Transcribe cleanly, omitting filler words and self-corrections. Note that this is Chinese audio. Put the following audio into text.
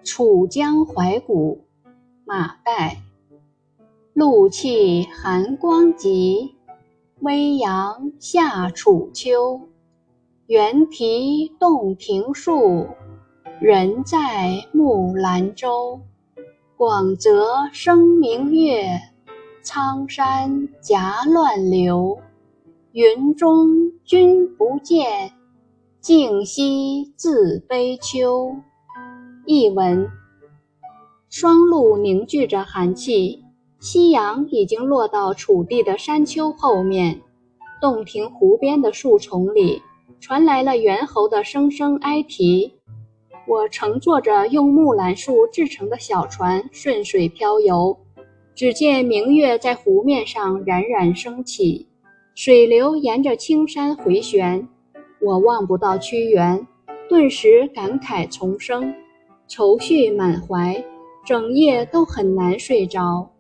楚江怀古，马岱。露气寒光急，微阳下楚秋。猿啼洞庭树，人在木兰舟。广泽生明月，苍山夹乱流。云中君不见，竟夕自悲秋。译文：霜露凝聚着寒气，夕阳已经落到楚地的山丘后面。洞庭湖边的树丛里传来了猿猴的声声哀啼。我乘坐着用木兰树制成的小船顺水漂游，只见明月在湖面上冉冉升起，水流沿着青山回旋。我望不到屈原，顿时感慨丛生，愁绪满怀，整夜都很难睡着。